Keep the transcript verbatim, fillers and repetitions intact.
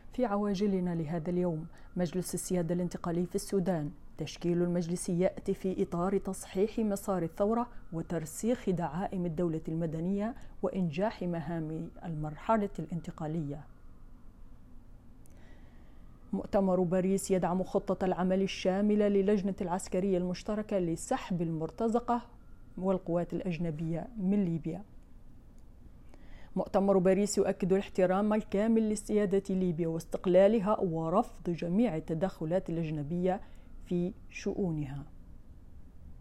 في عواجلنا لهذا اليوم: مجلس السيادة الانتقالي في السودان. تشكيل المجلس يأتي في إطار تصحيح مسار الثورة وترسيخ دعائم الدولة المدنية وإنجاح مهام المرحلة الانتقالية. مؤتمر باريس يدعم خطة العمل الشاملة للجنة العسكرية المشتركة لسحب المرتزقة والقوات الأجنبية من ليبيا. مؤتمر باريس يؤكد الاحترام الكامل لسيادة ليبيا واستقلالها ورفض جميع التدخلات الأجنبية في شؤونها.